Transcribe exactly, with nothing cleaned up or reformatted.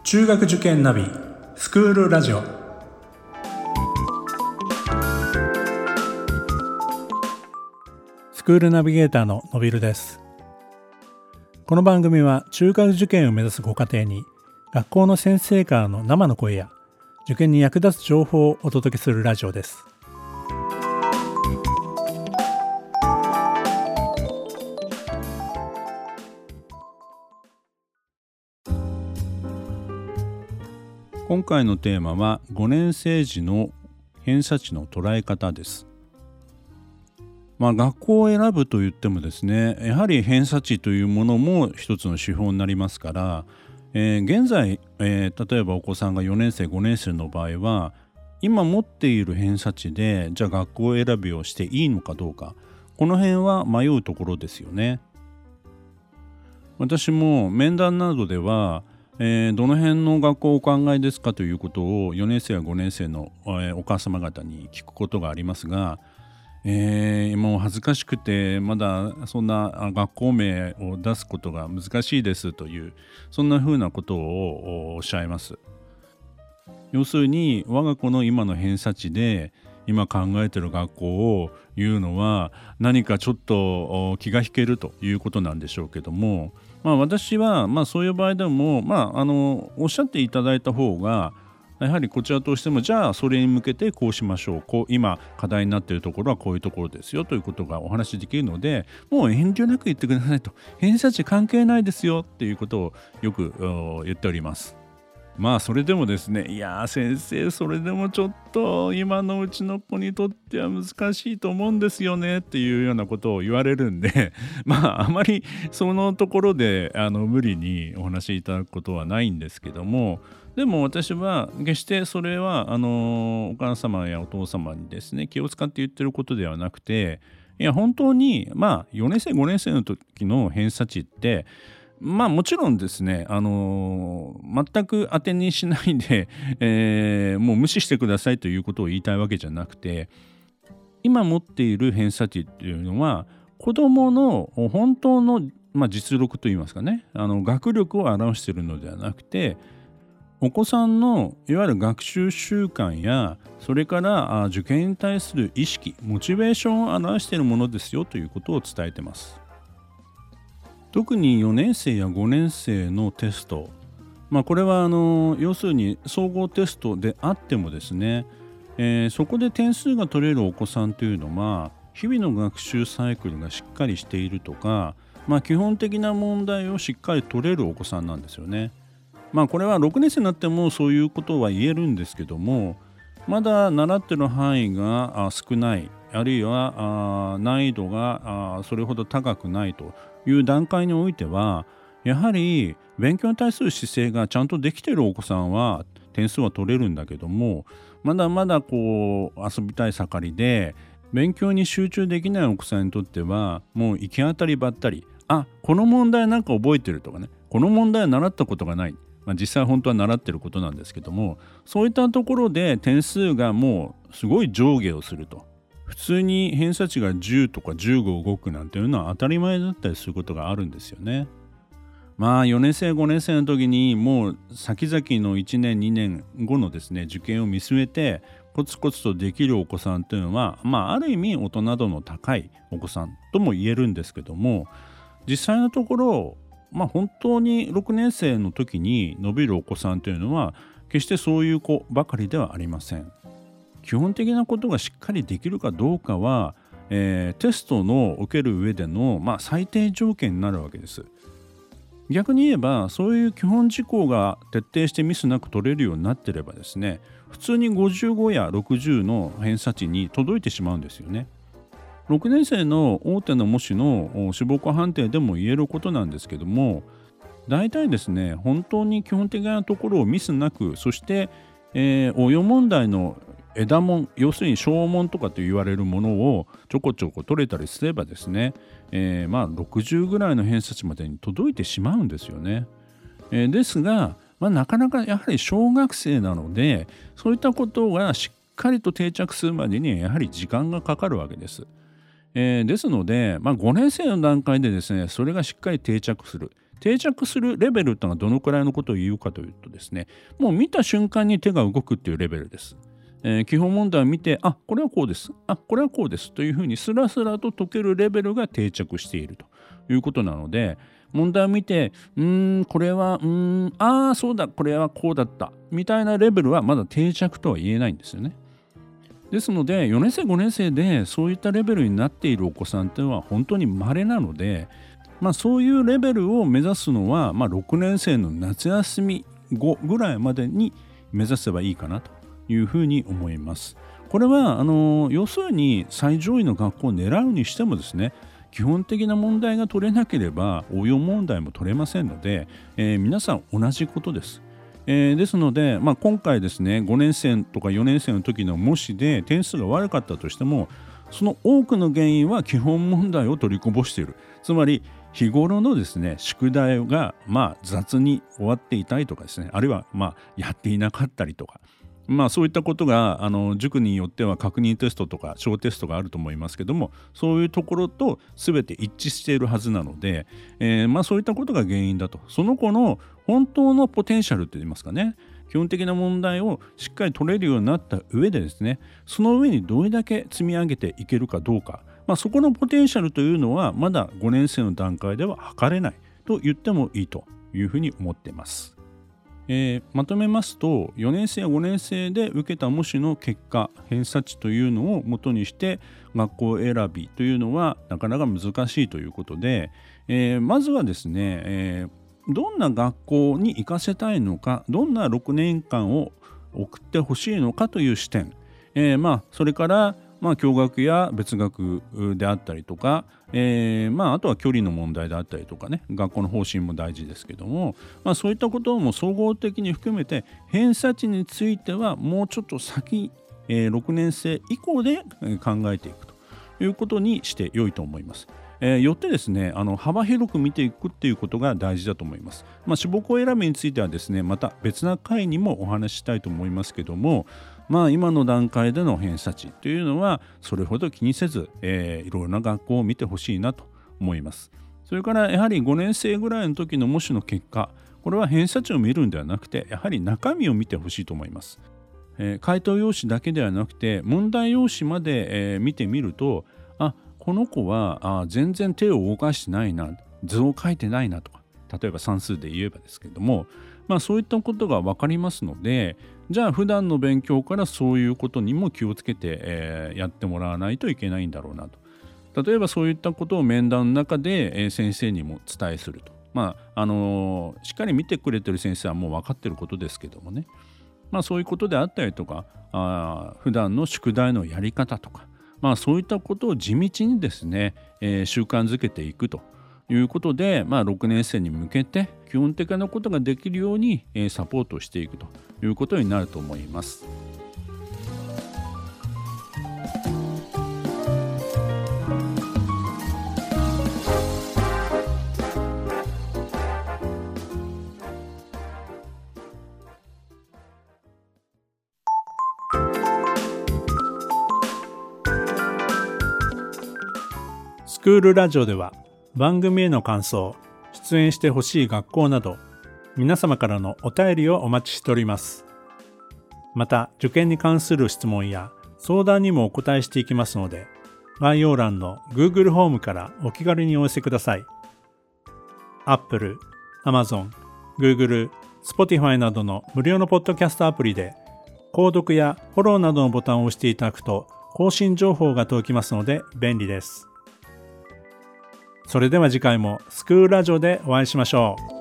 中学受験ナビスクールラジオ。スクールナビゲーターののびるです。この番組は中学受験を目指すご家庭に学校の先生からの生の声や受験に役立つ情報をお届けするラジオです。 今回のテーマはごねん生時の偏差値の捉え方です。まあ、学校を選ぶといってもですね、やはり偏差値というものも一つの指標になりますから、えー、現在、えー、例えばお子さんがよねん生ごねん生の場合は今持っている偏差値でじゃあ学校選びをしていいのかどうか、この辺は迷うところですよね。私も面談などではえー、どの辺の学校をお考えですかということをよねん生やごねん生の、えー、お母様方に聞くことがありますが、えー、もう恥ずかしくてまだそんな学校名を出すことが難しいですという、そんなふうなことをおっしゃいます。要するに我が子の今の偏差値で今考えている学校を言うのは何かちょっと気が引けるということなんでしょうけども、まあ、私はまあそういう場合でも、まあ、あのおっしゃっていただいた方がやはりこちらとしてもじゃあそれに向けてこうしましょう、こう今課題になっているところはこういうところですよということがお話しできるので、もう遠慮なく言ってくださいと、偏差値関係ないですよっていうことをよく言っております。まあそれでもですね、いや先生それでもちょっと今のうちの子にとっては難しいと思うんですよねっていうようなことを言われるんでまああまりそのところであの無理にお話しいただくことはないんですけども、でも私は決してそれはあのお母様やお父様にですね気を使って言ってることではなくて、いや本当にまあよねん生ごねん生の時の偏差値ってまあもちろんですね、あのー、全く当てにしないで、えー、もう無視してくださいということを言いたいわけじゃなくて、今持っている偏差値っていうのは子どもの本当の、まあ、実力といいますかね、あの学力を表しているのではなくて、お子さんのいわゆる学習習慣やそれから受験に対する意識、モチベーションを表しているものですよということを伝えています。特によねん生やごねん生のテスト、まあ、これはあの要するに総合テストであってもですね、えー、そこで点数が取れるお子さんというのは日々の学習サイクルがしっかりしているとか、まあ、基本的な問題をしっかり取れるお子さんなんですよね。まあこれはろくねん生になってもそういうことは言えるんですけども、まだ習ってる範囲が少ない、あるいは難易度がそれほど高くないという段階においては、やはり勉強に対する姿勢がちゃんとできているお子さんは点数は取れるんだけども、まだまだこう遊びたい盛りで勉強に集中できないお子さんにとってはもう行き当たりばったり、あ、この問題なんか覚えてるとかね、この問題は習ったことがない、まあ、実際本当は習ってることなんですけども、そういったところで点数がもうすごい上下をすると、普通に偏差値がじゅうとかじゅうご動くなんていうのは当たり前だったりすることがあるんですよね。まあよねん生ごねん生の時にもう先々のいちねんにねんごのですね受験を見据えてコツコツとできるお子さんというのは、まあある意味大人度の高いお子さんとも言えるんですけども、実際のところまあ本当にろくねん生の時に伸びるお子さんというのは決してそういう子ばかりではありません。基本的なことがしっかりできるかどうかは、えー、テストの受ける上での、まあ、最低条件になるわけです。逆に言えばそういう基本事項が徹底してミスなく取れるようになっていればですね、普通にごじゅうごやろくじゅうの偏差値に届いてしまうんですよね。ろくねん生の大手の模試の志望校判定でも言えることなんですけども、大体ですね本当に基本的なところをミスなく、そして、えー、応用問題の枝門、要するに小問とかと言われるものをちょこちょこ取れたりすればですね、えー、まあろくじゅうぐらいの偏差値までに届いてしまうんですよね。えー、ですが、まあ、なかなかやはり小学生なのでそういったことがしっかりと定着するまでにやはり時間がかかるわけです。えー、ですので、まあ、ごねん生の段階でですねそれがしっかり定着する。 定着するレベルってのはどのくらいのことを言うかというとですね、もう見た瞬間に手が動くっていうレベルです。えー、基本問題を見て、あ、これはこうです。あ、これはこうです。というふうにスラスラと解けるレベルが定着しているということなので、問題を見て、うーん、これは、うーん、ああ、そうだ、これはこうだった。みたいなレベルはまだ定着とは言えないんですよね。ですので、よねん生、ごねん生でそういったレベルになっているお子さんというのは本当に稀なので、まあ、そういうレベルを目指すのは、まあ、ろくねん生の夏休み後ぐらいまでに目指せばいいかなというふうに思います。これはあの要するに最上位の学校を狙うにしてもですね、基本的な問題が取れなければ応用問題も取れませんので、えー、皆さん同じことです。えー、ですので、まあ、今回ですね、ごねん生とかよねん生の時の模試で点数が悪かったとしても、その多くの原因は基本問題を取りこぼしている。つまり日頃のですね宿題がまあ雑に終わっていたりとかですね、あるいはまあやっていなかったりとか、まあそういったことがあの塾によっては確認テストとか小テストがあると思いますけども、そういうところと全て一致しているはずなので、えー、まあそういったことが原因だと。その子の本当のポテンシャルといいますかね、基本的な問題をしっかり取れるようになった上でですね、その上にどれだけ積み上げていけるかどうか、まあ、そこのポテンシャルというのはまだごねん生の段階では測れないと言ってもいいというふうに思っています。えー、まとめますと、よねん生やごねん生で受けた模試の結果、偏差値というのを元にして学校選びというのはなかなか難しいということで、えー、まずはですね、えー、どんな学校に行かせたいのか、どんなろくねんかんを送ってほしいのかという視点、えー、まあそれからまあ、共学や別学であったりとか、えーまあ、あとは距離の問題であったりとかね、学校の方針も大事ですけども、まあ、そういったことも総合的に含めて偏差値についてはもうちょっと先、えー、ろくねん生以降で考えていくということにして良いと思います。えー、よってですね、あの幅広く見ていくっていうことが大事だと思います。まあ、志望校選びについてはですね、また別な回にもお話ししたいと思いますけども、まあ、今の段階での偏差値というのはそれほど気にせず、えー、いろいろな学校を見てほしいなと思います。それからやはりごねん生ぐらいの時の模試の結果、これは偏差値を見るんではなくて、やはり中身を見てほしいと思います。えー、回答用紙だけではなくて問題用紙まで、えー、見てみると、あ、この子はあ全然手を動かしてないな、図を書いてないなとか、例えば算数で言えばですけども、まあ、そういったことが分かりますので、じゃあ普段の勉強からそういうことにも気をつけて、えー、やってもらわないといけないんだろうなと。例えばそういったことを面談の中で、えー、先生にも伝えすると。まああのー、しっかり見てくれてる先生はもう分かってることですけどもね、まあ、そういうことであったりとか、あ普段の宿題のやり方とか、まあ、そういったことを地道にですね、えー、習慣づけていくということで、まあ、ろくねん生に向けて基本的なことができるように、えー、サポートしていくということになると思います。 スクールラジオでは番組への感想、出演してほしい学校など皆様からのお便りをお待ちしております。また受験に関する質問や相談にもお答えしていきますので、概要欄の Google ホームからお気軽にお寄せください。Apple、Amazon、Google、Spotify などの無料のポッドキャストアプリで購読やフォローなどのボタンを押していただくと更新情報が届きますので便利です。それでは次回もスクールラジオでお会いしましょう。